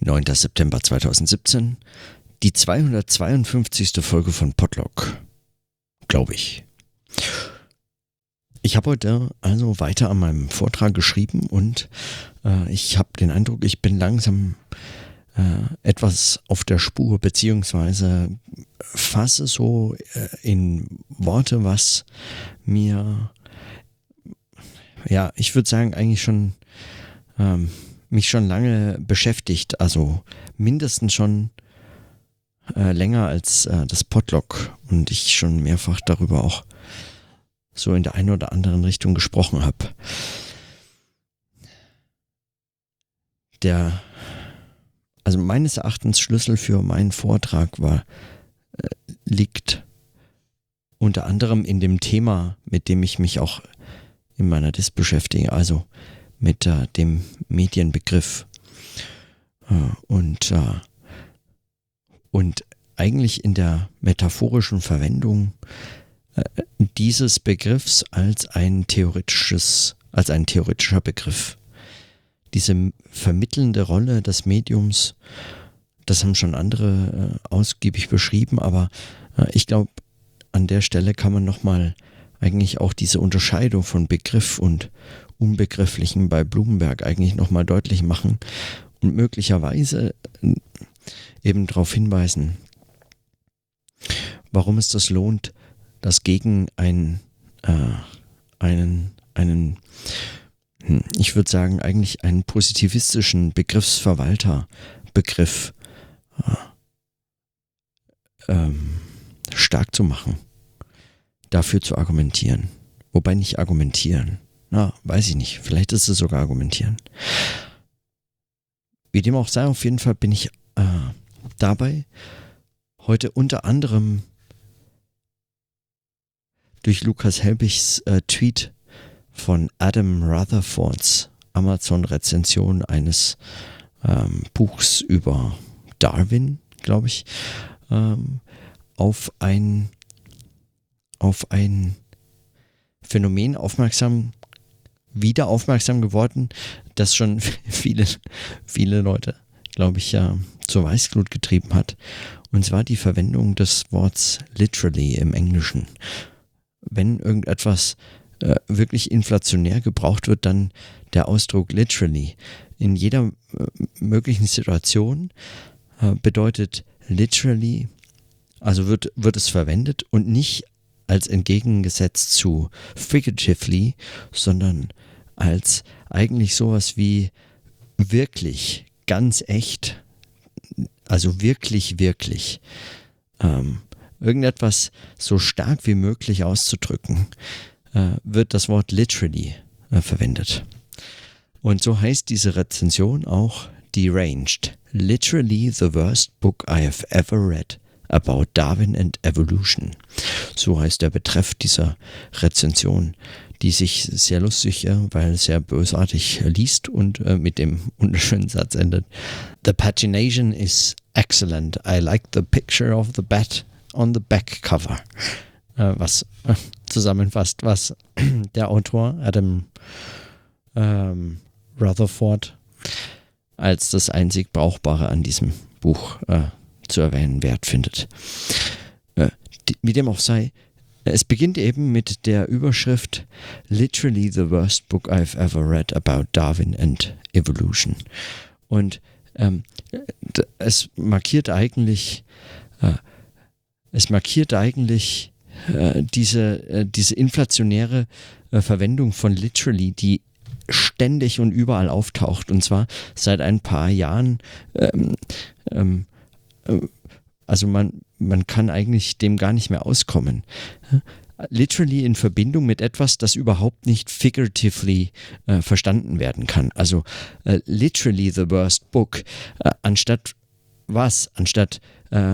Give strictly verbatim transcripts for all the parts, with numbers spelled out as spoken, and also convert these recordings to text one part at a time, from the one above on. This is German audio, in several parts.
neunter September zweitausendsiebzehn, die zweihundertzweiundfünfzigste Folge von Podlog, glaube ich. Ich habe heute also weiter an meinem Vortrag geschrieben und äh, ich habe den Eindruck, ich bin langsam äh, etwas auf der Spur, beziehungsweise fasse so äh, in Worte, was mir, ja, ich würde sagen, eigentlich schon ähm, mich schon lange beschäftigt, also mindestens schon äh, länger als äh, das Podlog und ich schon mehrfach darüber auch so in der einen oder anderen Richtung gesprochen habe. Der, also meines Erachtens Schlüssel für meinen Vortrag war, äh, liegt unter anderem in dem Thema, mit dem ich mich auch in meiner Dis beschäftige, also mit äh, dem Medienbegriff äh, und, äh, und eigentlich in der metaphorischen Verwendung äh, dieses Begriffs als ein theoretisches, als ein theoretischer Begriff. Diese vermittelnde Rolle des Mediums, das haben schon andere äh, ausgiebig beschrieben, aber äh, ich glaube, an der Stelle kann man nochmal eigentlich auch diese Unterscheidung von Begriff und Unbegrifflichen bei Blumenberg eigentlich nochmal deutlich machen und möglicherweise eben darauf hinweisen, warum es das lohnt, das gegen einen, äh, einen, einen, ich würde sagen, eigentlich einen positivistischen Begriffsverwalter-Begriff äh, ähm, stark zu machen, dafür zu argumentieren. Wobei nicht argumentieren. Na, weiß ich nicht. Vielleicht ist es sogar argumentieren. Wie dem auch sei, auf jeden Fall bin ich äh, dabei heute unter anderem durch Lukas Helbigs äh, Tweet von Adam Rutherfords Amazon-Rezension eines ähm, Buchs über Darwin, glaube ich, ähm, auf ein auf ein Phänomen aufmerksam wieder aufmerksam geworden, das schon viele, viele Leute, glaube ich, ja, zur Weißglut getrieben hat. Und zwar die Verwendung des Wortes literally im Englischen. Wenn irgendetwas äh, wirklich inflationär gebraucht wird, dann der Ausdruck literally. In jeder äh, möglichen Situation äh, bedeutet literally, also wird, wird es verwendet und nicht als entgegengesetzt zu figuratively, sondern als eigentlich sowas wie wirklich, ganz echt, also wirklich, wirklich. Ähm, irgendetwas so stark wie möglich auszudrücken, äh, wird das Wort literally äh, verwendet. Und so heißt diese Rezension auch Deranged. Literally the worst book I have ever read about Darwin and Evolution. So heißt der Betreff dieser Rezension, die sich sehr lustig, äh, weil sehr bösartig äh, liest und äh, mit dem wunderschönen Satz endet. The pagination is excellent. I like the picture of the bat on the back cover. Äh, was äh, zusammenfasst, was der Autor Adam ähm, Rutherford als das einzig Brauchbare an diesem Buch äh, zu erwähnen wert findet. Äh, die, wie dem auch sei, es beginnt eben mit der Überschrift Literally the worst book I've ever read about Darwin and Evolution. Und ähm, d- es markiert eigentlich äh, es markiert eigentlich äh, diese, äh, diese inflationäre äh, Verwendung von literally, die ständig und überall auftaucht, und zwar seit ein paar Jahren. ähm, ähm, Also man, man kann eigentlich dem gar nicht mehr auskommen. Literally in Verbindung mit etwas, das überhaupt nicht figuratively äh, verstanden werden kann. Also äh, literally the worst book. Äh, anstatt was? Anstatt äh,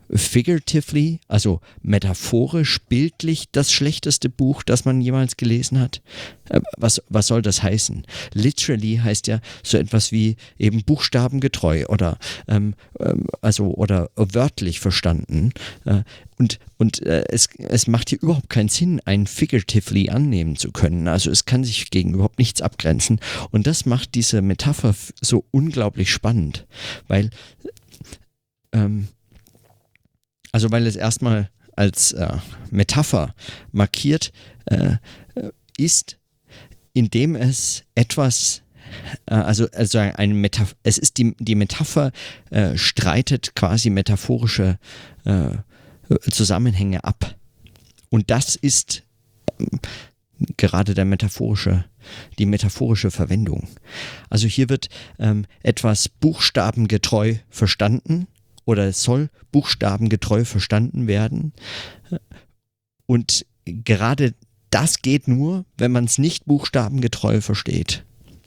figuratively, also metaphorisch, bildlich das schlechteste Buch, das man jemals gelesen hat? Äh, was, was soll das heißen? Literally heißt ja so etwas wie eben buchstabengetreu oder ähm, ähm, also oder wörtlich verstanden. Äh, und und äh, es, es macht hier überhaupt keinen Sinn, ein figuratively annehmen zu können. Also es kann sich gegen überhaupt nichts abgrenzen. Und das macht diese Metapher so unglaublich spannend, weil ähm, Also weil es erstmal als äh, Metapher markiert äh, ist, indem es etwas, äh, also, also eine Metapher, es ist die, die Metapher äh, streitet quasi metaphorische äh, Zusammenhänge ab. Und das ist äh, gerade der metaphorische, die metaphorische Verwendung. Also hier wird ähm, etwas buchstabengetreu verstanden, oder es soll buchstabengetreu verstanden werden. Und gerade das geht nur, wenn man es nicht buchstabengetreu versteht.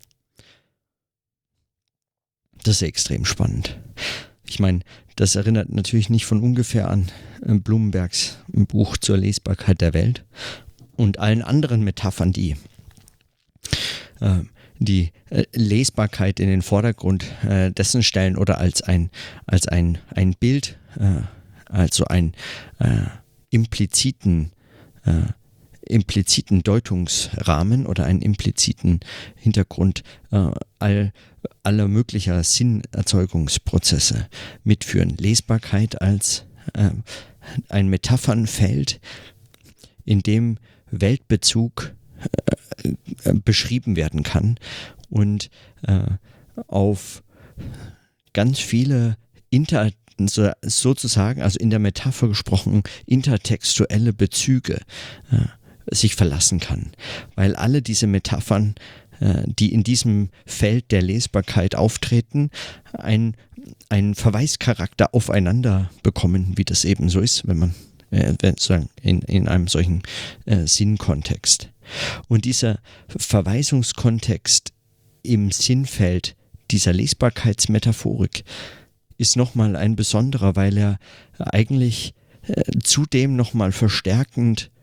Das ist extrem spannend. Ich meine, das erinnert natürlich nicht von ungefähr an Blumenbergs Buch zur Lesbarkeit der Welt und allen anderen Metaphern, die äh, die äh, Lesbarkeit in den Vordergrund äh, dessen stellen oder als ein, als ein, ein Bild, äh, also ein äh, impliziten, äh, impliziten Deutungsrahmen oder einen impliziten Hintergrund äh, all, aller möglicher Sinnerzeugungsprozesse mitführen. Lesbarkeit als äh, ein Metaphernfeld, in dem Weltbezug äh, beschrieben werden kann und äh, auf ganz viele inter, so, sozusagen, also in der Metapher gesprochen, intertextuelle Bezüge äh, sich verlassen kann. Weil alle diese Metaphern, äh, die in diesem Feld der Lesbarkeit auftreten, ein, einen Verweischarakter aufeinander bekommen, wie das eben so ist, wenn man äh, in, in einem solchen äh, Sinnkontext. Und dieser Verweisungskontext im Sinnfeld dieser Lesbarkeitsmetaphorik ist nochmal ein besonderer, weil er eigentlich äh, zudem nochmal verstärkend,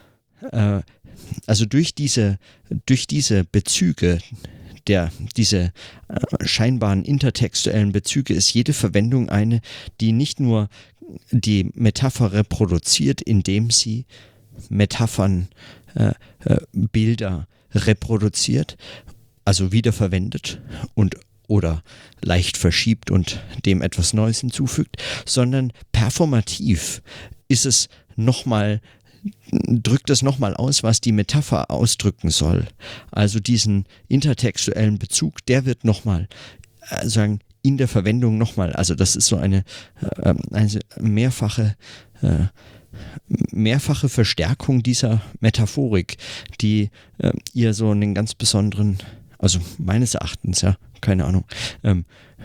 äh, also durch diese, durch diese Bezüge, der, diese äh, scheinbaren intertextuellen Bezüge ist jede Verwendung eine, die nicht nur die Metapher reproduziert, indem sie Metaphern, äh, äh, Bilder reproduziert, also wiederverwendet und oder leicht verschiebt und dem etwas Neues hinzufügt, sondern performativ ist es nochmal, drückt es nochmal aus, was die Metapher ausdrücken soll. Also diesen intertextuellen Bezug, der wird nochmal äh, sagen, in der Verwendung nochmal, also das ist so eine, äh, eine mehrfache äh, mehrfache Verstärkung dieser Metaphorik, die äh, ihr so einen ganz besonderen, also meines Erachtens, ja, keine Ahnung, ähm,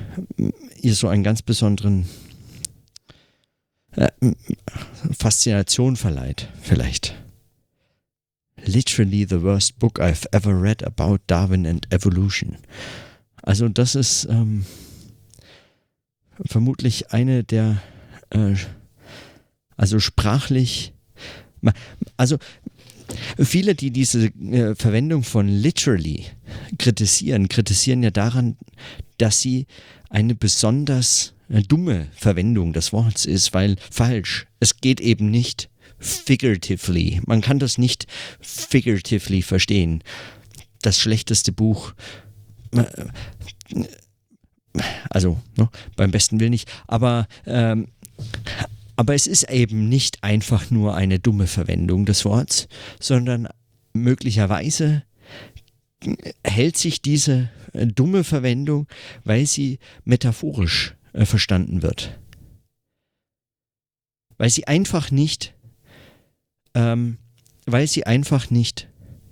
ihr so einen ganz besonderen äh, Faszination verleiht, vielleicht. Literally the worst book I've ever read about Darwin and evolution. Also das ist ähm, vermutlich eine der äh, also sprachlich, also viele, die diese äh, Verwendung von literally kritisieren, kritisieren ja daran, dass sie eine besonders äh, dumme Verwendung des Wortes ist, weil falsch, es geht eben nicht figuratively, man kann das nicht figuratively verstehen. Das schlechteste Buch, äh, also ne, beim besten Willen nicht, aber ähm, Aber es ist eben nicht einfach nur eine dumme Verwendung des Wortes, sondern möglicherweise hält sich diese dumme Verwendung, weil sie metaphorisch äh, verstanden wird. Weil sie einfach nicht, ähm, weil sie einfach nicht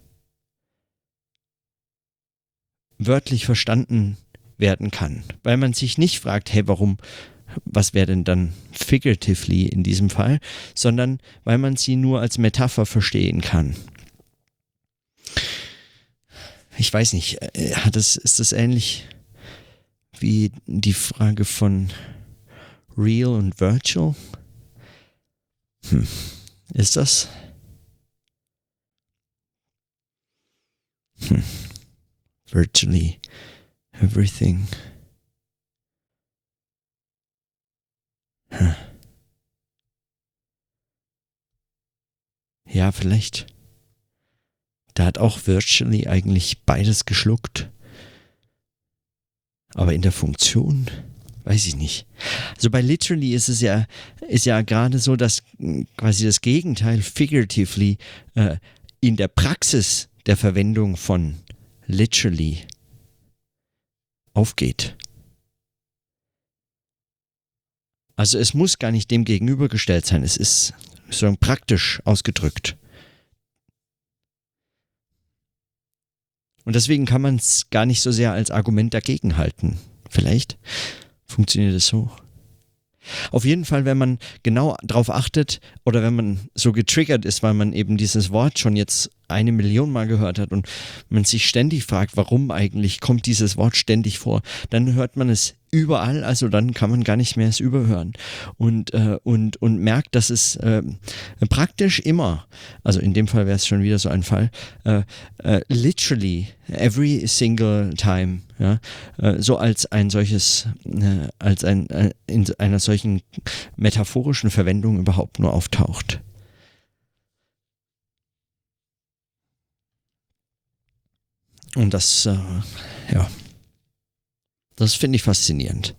wörtlich verstanden werden kann. Weil man sich nicht fragt, hey, warum was wäre denn dann figuratively in diesem Fall, sondern weil man sie nur als Metapher verstehen kann. Ich weiß nicht, hat das, ist das ähnlich wie die Frage von Real und Virtual? Hm. Ist das? Hm. Virtually everything. Hm. Ja, vielleicht. Da hat auch Virtually eigentlich beides geschluckt. Aber in der Funktion, weiß ich nicht. Also bei Literally ist es ja, ist ja gerade so, dass quasi das Gegenteil, figuratively, äh, in der Praxis der Verwendung von Literally aufgeht. Also es muss gar nicht dem gegenübergestellt sein, es ist so praktisch ausgedrückt. Und deswegen kann man es gar nicht so sehr als Argument dagegen halten. Vielleicht funktioniert es so. Auf jeden Fall, wenn man genau darauf achtet oder wenn man so getriggert ist, weil man eben dieses Wort schon jetzt eine Million Mal gehört hat und man sich ständig fragt, warum eigentlich kommt dieses Wort ständig vor, dann hört man es überall, also dann kann man gar nicht mehr es überhören und, äh, und, und merkt, dass es äh, praktisch immer, also in dem Fall wäre es schon wieder so ein Fall, äh, äh, literally every single time, ja, äh, so als ein solches, äh, als ein, äh, in einer solchen metaphorischen Verwendung überhaupt nur auftaucht. Und das, äh, ja, das finde ich faszinierend.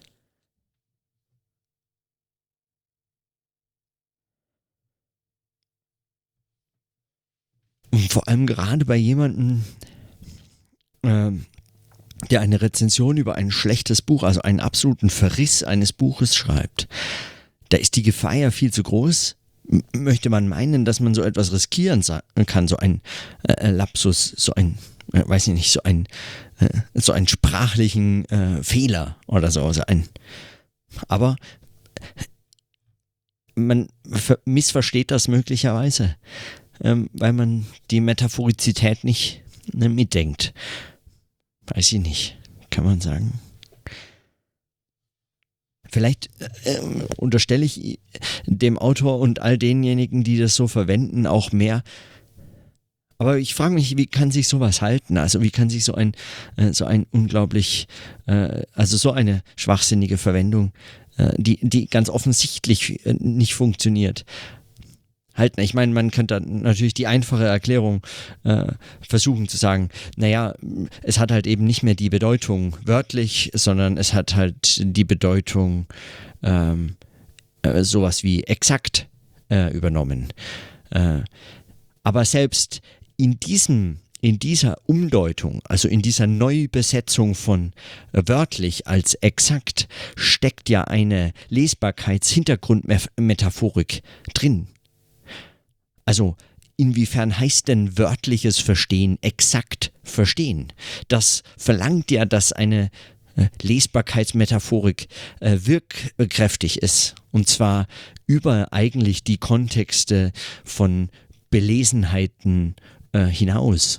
Und vor allem gerade bei jemandem, äh, der eine Rezension über ein schlechtes Buch, also einen absoluten Verriss eines Buches schreibt, da ist die Gefahr ja viel zu groß, m- möchte man meinen, dass man so etwas riskieren sa- kann, so ein äh, Lapsus, so ein, äh, weiß ich nicht, so ein, äh, so einen sprachlichen äh, Fehler oder so, so ein. Aber man ver- missversteht das möglicherweise, ähm, weil man die Metaphorizität nicht äh, mitdenkt. Weiß ich nicht, kann man sagen. Vielleicht äh, unterstelle ich dem Autor und all denjenigen, die das so verwenden, auch mehr. Aber ich frage mich, wie kann sich sowas halten? Also wie kann sich so ein, äh, so ein unglaublich, äh, also so eine schwachsinnige Verwendung, äh, die, die ganz offensichtlich äh, nicht funktioniert, halten. Ich meine, man könnte natürlich die einfache Erklärung äh, versuchen zu sagen, naja, es hat halt eben nicht mehr die Bedeutung wörtlich, sondern es hat halt die Bedeutung ähm, äh, sowas wie exakt äh, übernommen. Äh, aber selbst in diesem in dieser Umdeutung, also in dieser Neubesetzung von äh, wörtlich als exakt, steckt ja eine Lesbarkeitshintergrundmetaphorik drin. Also inwiefern heißt denn wörtliches Verstehen exakt verstehen? Das verlangt ja, dass eine äh, Lesbarkeitsmetaphorik äh, wirkkräftig ist. Und zwar über eigentlich die Kontexte von Belesenheiten äh, hinaus.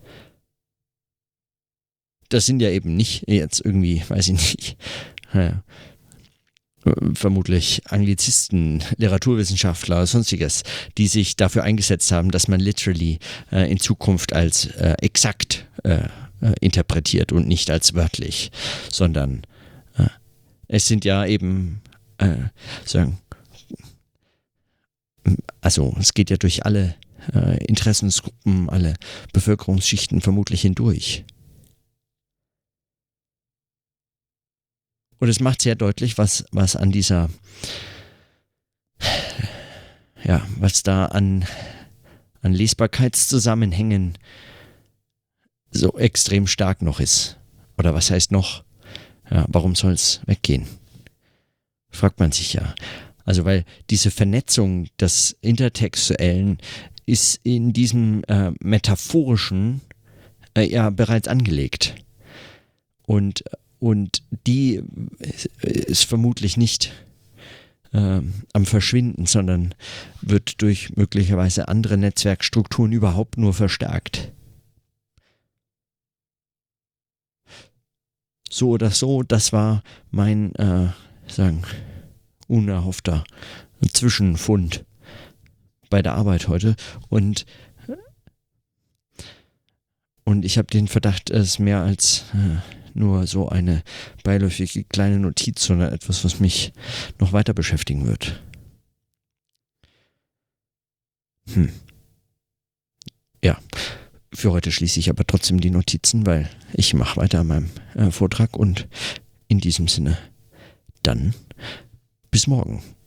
Das sind ja eben nicht jetzt irgendwie, weiß ich nicht, äh, vermutlich Anglizisten, Literaturwissenschaftler, sonstiges, die sich dafür eingesetzt haben, dass man literally äh, in Zukunft als äh, exakt äh, äh, interpretiert und nicht als wörtlich, sondern äh, es sind ja eben äh, sagen, also es geht ja durch alle äh, Interessensgruppen, alle Bevölkerungsschichten vermutlich hindurch. Und es macht sehr deutlich, was, was an dieser, ja, was da an, an Lesbarkeitszusammenhängen so extrem stark noch ist. Oder was heißt noch? Ja, warum soll es weggehen? Fragt man sich ja. Also weil diese Vernetzung des Intertextuellen ist in diesem äh, metaphorischen äh, ja bereits angelegt. Und Und die ist vermutlich nicht äh, am Verschwinden, sondern wird durch möglicherweise andere Netzwerkstrukturen überhaupt nur verstärkt. So oder so, das war mein, äh, sagen, unerhoffter Zwischenfund bei der Arbeit heute und und ich habe den Verdacht, es ist mehr als äh, nur so eine beiläufige kleine Notiz, sondern etwas, was mich noch weiter beschäftigen wird. Hm. Ja, für heute schließe ich aber trotzdem die Notizen, weil ich mache weiter an meinem äh, Vortrag und in diesem Sinne dann bis morgen.